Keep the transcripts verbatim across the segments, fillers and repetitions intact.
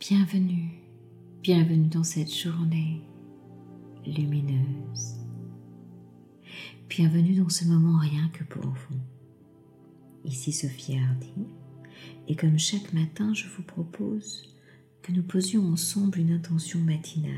Bienvenue, bienvenue dans cette journée lumineuse. Bienvenue dans ce moment rien que pour vous. Ici Sophie Hardy, et comme chaque matin, je vous propose que nous posions ensemble une intention matinale.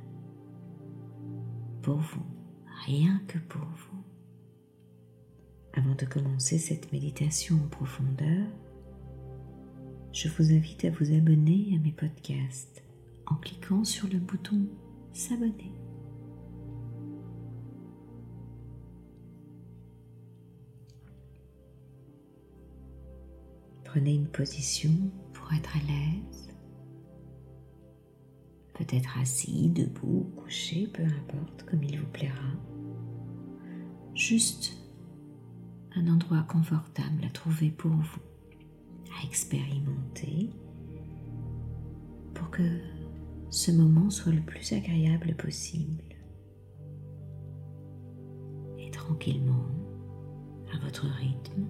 Pour vous, rien que pour vous. Avant de commencer cette méditation en profondeur, je vous invite à vous abonner à mes podcasts en cliquant sur le bouton « S'abonner ». Prenez une position pour être à l'aise, peut-être assis, debout, couché, peu importe, comme il vous plaira. Juste un endroit confortable à trouver pour vous, à expérimenter, pour que ce moment soit le plus agréable possible. Et tranquillement, à votre rythme,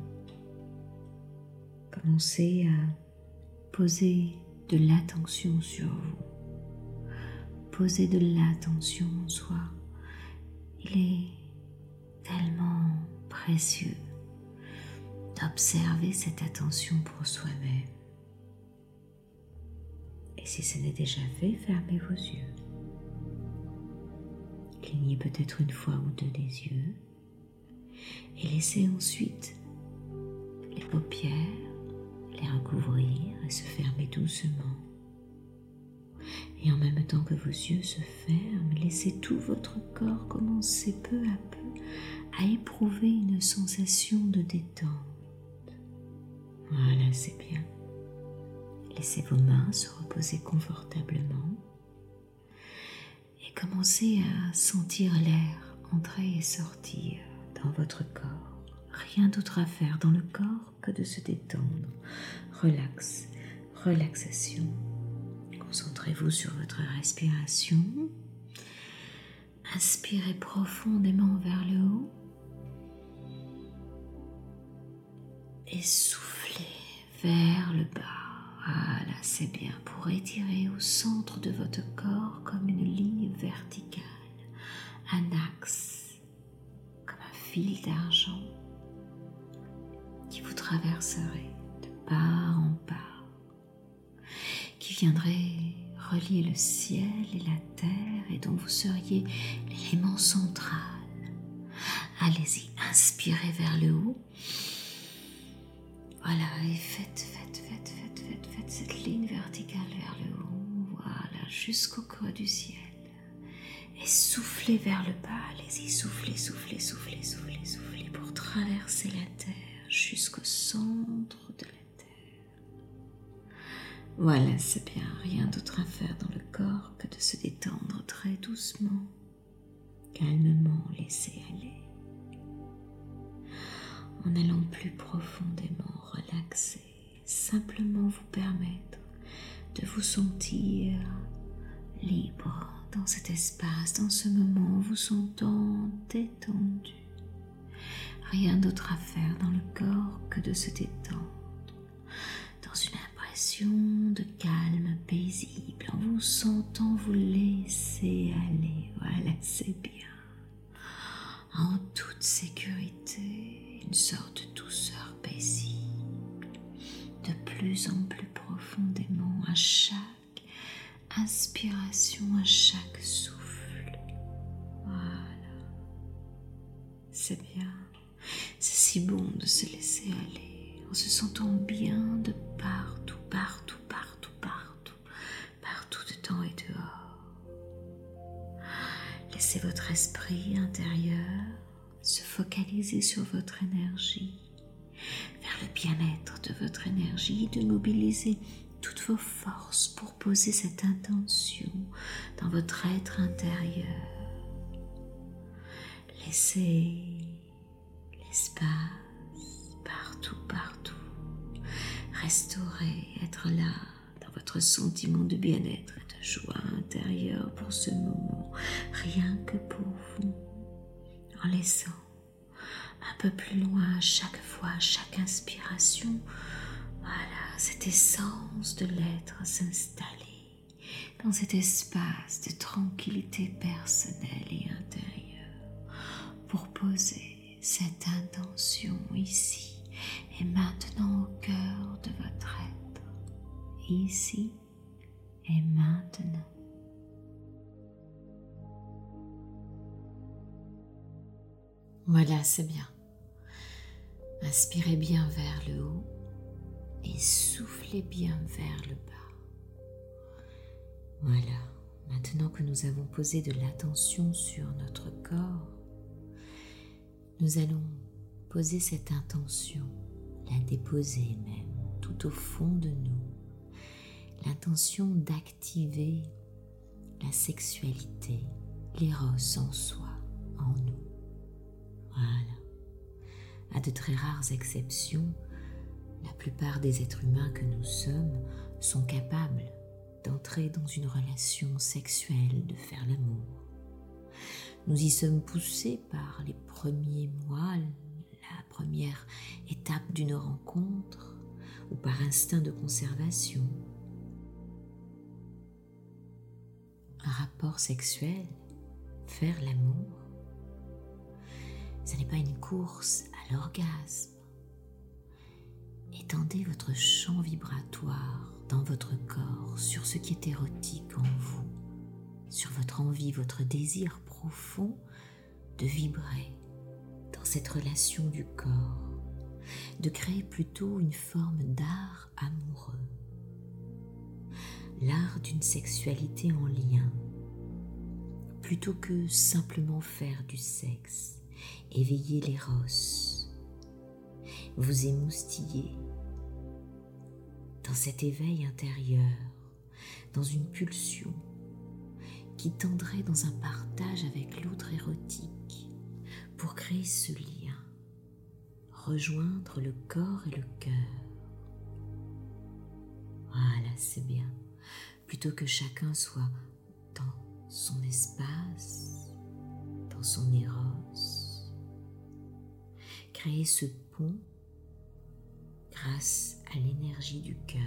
commencez à poser de l'attention sur vous. Posez de l'attention en soi. Il est tellement précieux d'observer cette attention pour soi-même. Et si ce n'est déjà fait, fermez vos yeux. Clignez peut-être une fois ou deux des yeux et laissez ensuite les paupières les recouvrir et se fermer doucement. Et en même temps que vos yeux se ferment, laissez tout votre corps commencer peu à peu à éprouver une sensation de détente. Voilà, c'est bien. Laissez vos mains se reposer confortablement et commencez à sentir l'air entrer et sortir dans votre corps. Rien d'autre à faire dans le corps que de se détendre. Relax, relaxation. Concentrez-vous sur votre respiration. Inspirez profondément vers le haut. Et soufflez vers le bas. Voilà, c'est bien, pour étirer au centre de votre corps comme une ligne verticale, un axe, comme un fil d'argent qui vous traverserait de part en part, qui viendrait relier le ciel et la terre et dont vous seriez l'élément central. Allez-y, inspirez vers le haut. Voilà, et faites, faites, faites, faites, faites, faites cette ligne verticale vers le haut, voilà, jusqu'au creux du ciel. Et soufflez vers le bas, allez-y, soufflez, soufflez, soufflez, soufflez, soufflez, pour traverser la terre jusqu'au centre de la terre. Voilà, c'est bien, rien d'autre à faire dans le corps que de se détendre très doucement, calmement, laisser aller. En allant plus profondément relaxer, simplement vous permettre de vous sentir libre dans cet espace, dans ce moment, vous sentant détendu. Rien d'autre à faire dans le corps que de se détendre, dans une impression de calme paisible, en vous sentant vous laisser aller. Voilà, c'est bien. En toute sécurité, une sorte de douceur paisible, de plus en plus profondément à chaque inspiration, à chaque souffle. Voilà, c'est bien, c'est si bon de se laisser aller, en se sentant bien de partout, partout, partout, partout, partout dedans et dehors. Laissez votre esprit intérieur se focaliser sur votre énergie, vers le bien-être de votre énergie, de mobiliser toutes vos forces pour poser cette intention dans votre être intérieur. Laissez l'espace partout, partout, restaurer, être là dans votre sentiment de bien-être et de joie intérieure pour ce moment, rien que pour vous, en laissant un peu plus loin à chaque fois, à chaque inspiration, voilà, cette essence de l'être s'installer dans cet espace de tranquillité personnelle et intérieure pour poser cette intention ici et maintenant au cœur de votre être, ici et maintenant. Voilà, c'est bien. Inspirez bien vers le haut et soufflez bien vers le bas. Voilà, maintenant que nous avons posé de l'attention sur notre corps, nous allons poser cette intention, la déposer même tout au fond de nous, l'intention d'activer la sexualité, l'éros en soi, en nous. Voilà. À de très rares exceptions, la plupart des êtres humains que nous sommes sont capables d'entrer dans une relation sexuelle, de faire l'amour. Nous y sommes poussés par les premiers mois, la première étape d'une rencontre, ou par instinct de conservation. Un rapport sexuel, faire l'amour, ce n'est pas une course à l'orgasme. Étendez votre champ vibratoire dans votre corps sur ce qui est érotique en vous, sur votre envie, votre désir profond de vibrer dans cette relation du corps, de créer plutôt une forme d'art amoureux, l'art d'une sexualité en lien, plutôt que simplement faire du sexe. Éveillez l'éros, vous émoustiller dans cet éveil intérieur, dans une pulsion qui tendrait dans un partage avec l'autre érotique pour créer ce lien, rejoindre le corps et le cœur. Voilà, c'est bien. Plutôt que chacun soit dans son espace, dans son éros, créer ce pont grâce à l'énergie du cœur,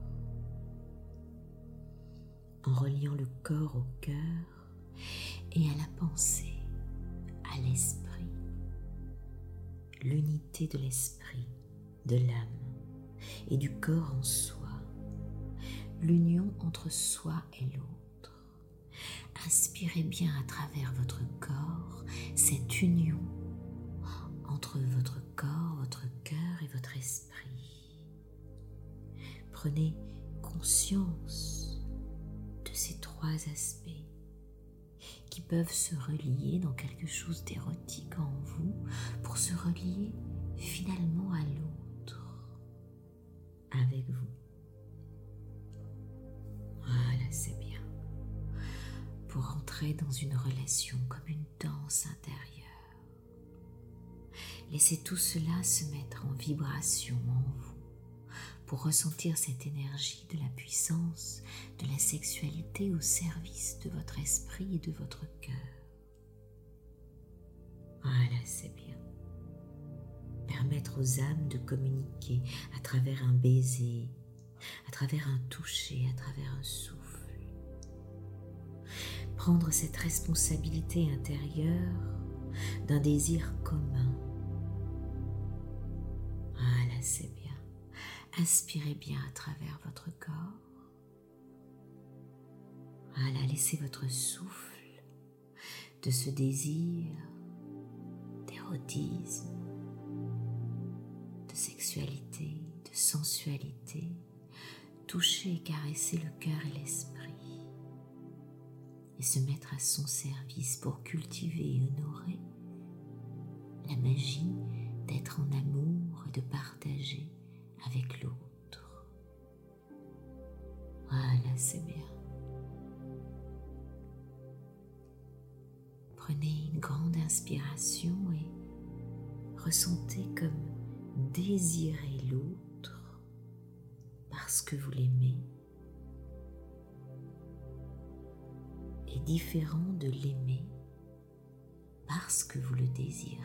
en reliant le corps au cœur et à la pensée, à l'esprit, l'unité de l'esprit, de l'âme et du corps en soi, l'union entre soi et l'autre. Inspirez bien à travers votre corps cette union entre votre corps, votre cœur et votre esprit. Prenez conscience de ces trois aspects qui peuvent se relier dans quelque chose d'érotique en vous pour se relier finalement à l'autre, avec vous. Voilà, c'est bien. Pour entrer dans une relation comme une danse intérieure. Laissez tout cela se mettre en vibration en vous pour ressentir cette énergie de la puissance, de la sexualité au service de votre esprit et de votre cœur. Voilà, c'est bien. Permettre aux âmes de communiquer à travers un baiser, à travers un toucher, à travers un souffle. Prendre cette responsabilité intérieure d'un désir commun. Voilà, c'est bien. Inspirez bien à travers votre corps. Voilà, laissez votre souffle de ce désir d'érotisme, de sexualité, de sensualité, toucher et caresser le cœur et l'esprit et se mettre à son service pour cultiver et honorer la magie d'être en amour et de partager avec l'autre. Voilà, c'est bien. Prenez une grande inspiration et ressentez comme désirer l'autre parce que vous l'aimez est différent de l'aimer parce que vous le désirez.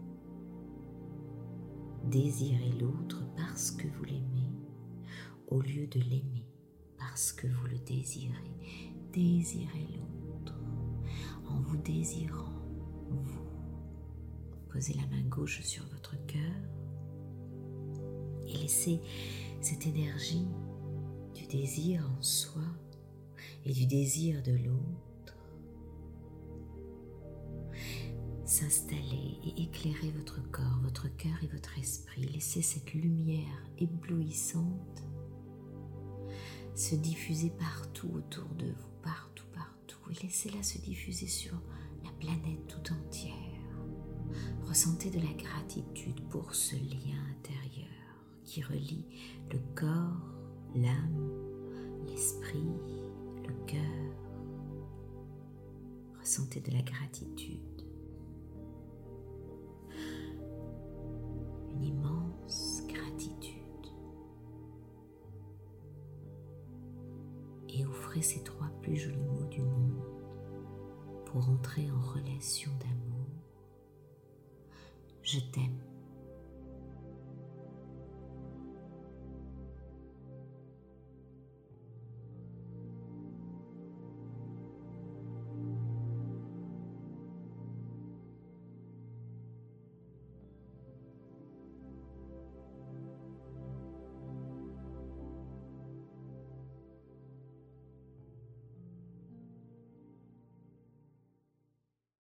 Désirez l'autre parce que vous l'aimez, au lieu de l'aimer parce que vous le désirez. désirez l'autre, en vous désirant, vous. Posez la main gauche sur votre cœur et laissez cette énergie du désir en soi et du désir de l'autre s'installer et éclairer votre corps, votre cœur et votre esprit. Laissez cette lumière éblouissante se diffuser partout autour de vous, partout, partout. Et laissez-la se diffuser sur la planète tout entière. Ressentez de la gratitude pour ce lien intérieur qui relie le corps, l'âme, l'esprit, le cœur. Ressentez de la gratitude. Une immense gratitude. Et offrez ces trois plus jolis mots du monde pour entrer en relation d'amour. Je t'aime.